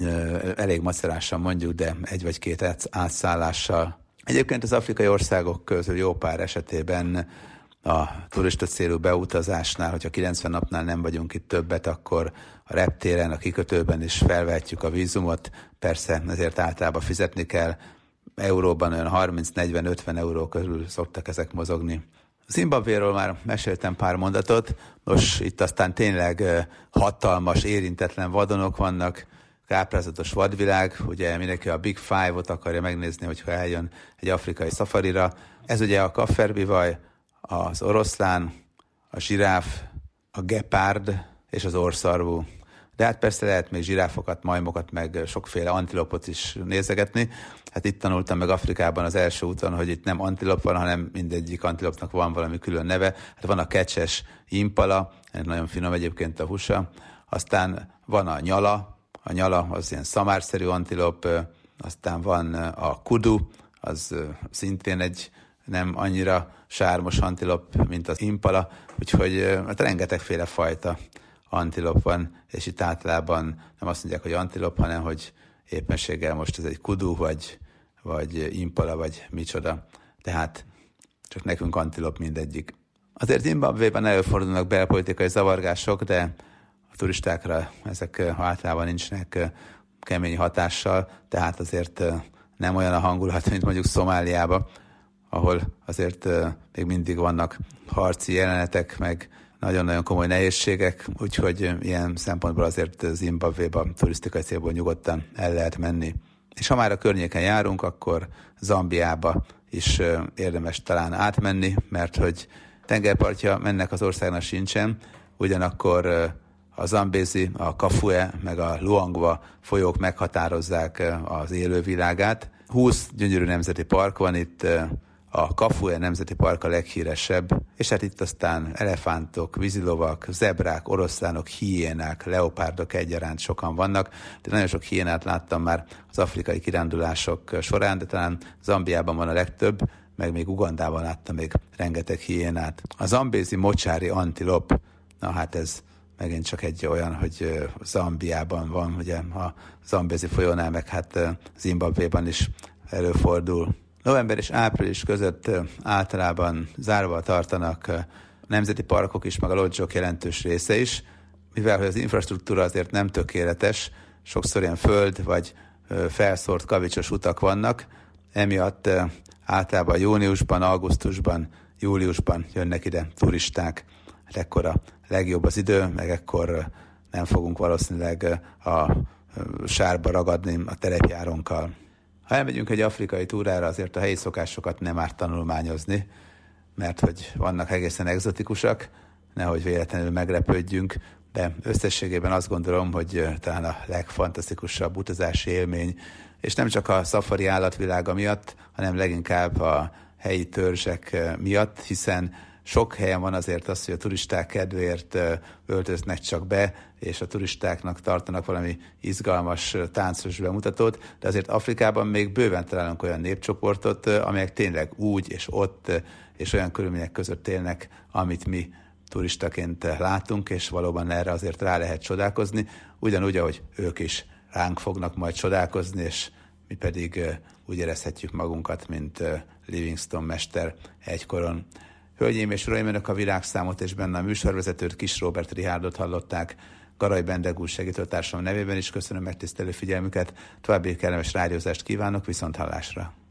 elég macerásan mondjuk, de 1 vagy 2 átszállással. Egyébként az afrikai országok közül jó pár esetében a turista célú beutazásnál, hogyha 90 napnál nem vagyunk itt többet, akkor a reptéren, a kikötőben is felvehetjük a vízumot. Persze ezért általában fizetni kell. Euróban olyan 30-40-50 euró körül szoktak ezek mozogni. Zimbabvéről már meséltem pár mondatot, most itt aztán tényleg hatalmas, érintetlen vadonok vannak, káprázatos vadvilág, ugye mindenki a Big Five-ot akarja megnézni, hogyha eljön egy afrikai szafarira. Ez ugye a kafferbivaj, az oroszlán, a zsiráf, a gepárd és az orrszarvú. De hát persze lehet még zsiráfokat, majmokat, meg sokféle antilopot is nézegetni. Hát itt tanultam meg Afrikában az első úton, hogy itt nem antilop van, hanem mindegyik antilopnak van valami külön neve. Hát van a kecses impala, nagyon finom egyébként a húsa. Aztán van a nyala az ilyen szamárszerű antilop. Aztán van a kudu, az szintén egy nem annyira sármos antilop, mint az impala. Úgyhogy hát rengetegféle fajta antilop van, és itt általában nem azt mondják, hogy antilop, hanem hogy éppenséggel most ez egy kudu, vagy impala, vagy micsoda. Tehát csak nekünk antilop mindegyik. Azért Zimbabvében előfordulnak belpolitikai zavargások, de a turistákra ezek általában nincsenek kemény hatással, tehát azért nem olyan a hangulat, mint mondjuk Szomáliában, ahol azért még mindig vannak harci jelenetek, meg nagyon-nagyon komoly nehézségek, úgyhogy ilyen szempontból azért Zimbabvéban turisztikai célból nyugodtan el lehet menni. És ha már a környéken járunk, akkor Zambiába is érdemes talán átmenni, mert hogy tengerpartja mennek az országnak sincsen, ugyanakkor a Zambézi, a Kafue, meg a Luangwa folyók meghatározzák az élővilágát. 20 gyönyörű nemzeti park van itt, a Kafue Nemzeti Park a leghíresebb, és hát itt aztán elefántok, vízilovak, zebrák, oroszlánok, hiénák, leopárdok egyaránt sokan vannak. De nagyon sok hiénát láttam már az afrikai kirándulások során, de talán Zambiában van a legtöbb, meg még Ugandában láttam még rengeteg hiénát. A zambézi mocsári antilop, na hát ez megint csak egy olyan, hogy Zambiában van, ugye a Zambézi folyónál, meg hát Zimbabvéban is előfordul. November és április között általában zárva tartanak nemzeti parkok is, meg a lodzsok jelentős része is, mivel hogy az infrastruktúra azért nem tökéletes, sokszor ilyen föld vagy felszórt kavicsos utak vannak, emiatt általában júniusban, augusztusban, júliusban jönnek ide turisták. Hát ekkor a legjobb az idő, meg ekkor nem fogunk valószínűleg a sárba ragadni a terepjárónkkal. Ha elmegyünk egy afrikai túrára, azért a helyi szokásokat nem árt tanulmányozni, mert hogy vannak egészen egzotikusak, nehogy véletlenül meglepődjünk, de összességében azt gondolom, hogy talán a legfantasztikusabb utazási élmény, és nem csak a szafari állatvilága miatt, hanem leginkább a helyi törzsek miatt, hiszen sok helyen van azért az, hogy a turisták kedvéért öltöznek csak be, és a turistáknak tartanak valami izgalmas táncos bemutatót, de azért Afrikában még bőven találunk olyan népcsoportot, amelyek tényleg úgy és ott és olyan körülmények között élnek, amit mi turistaként látunk, és valóban erre azért rá lehet csodálkozni, ugyanúgy, ahogy ők is ránk fognak majd csodálkozni, és mi pedig úgy érezhetjük magunkat, mint Livingstone mester egykoron. Hölgyeim és uraim, önök a Világszámot és benne a műsorvezetőt, Kis Róbert Rihárdot hallották. Garay Bendegúz segítőtársam nevében is köszönöm megtisztelő figyelmüket, további kellemes rádiózást kívánok, viszont hallásra!